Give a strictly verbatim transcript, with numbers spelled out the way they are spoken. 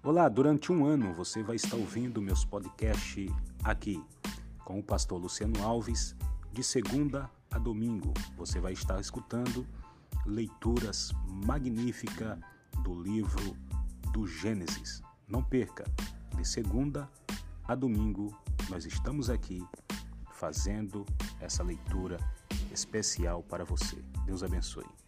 Olá, durante um ano você vai estar ouvindo meus podcasts aqui com o pastor Luciano Alves, de segunda a domingo. Você vai estar escutando leituras magníficas do livro do Gênesis. Não perca, de segunda a domingo nós estamos aqui fazendo essa leitura especial para você. Deus abençoe.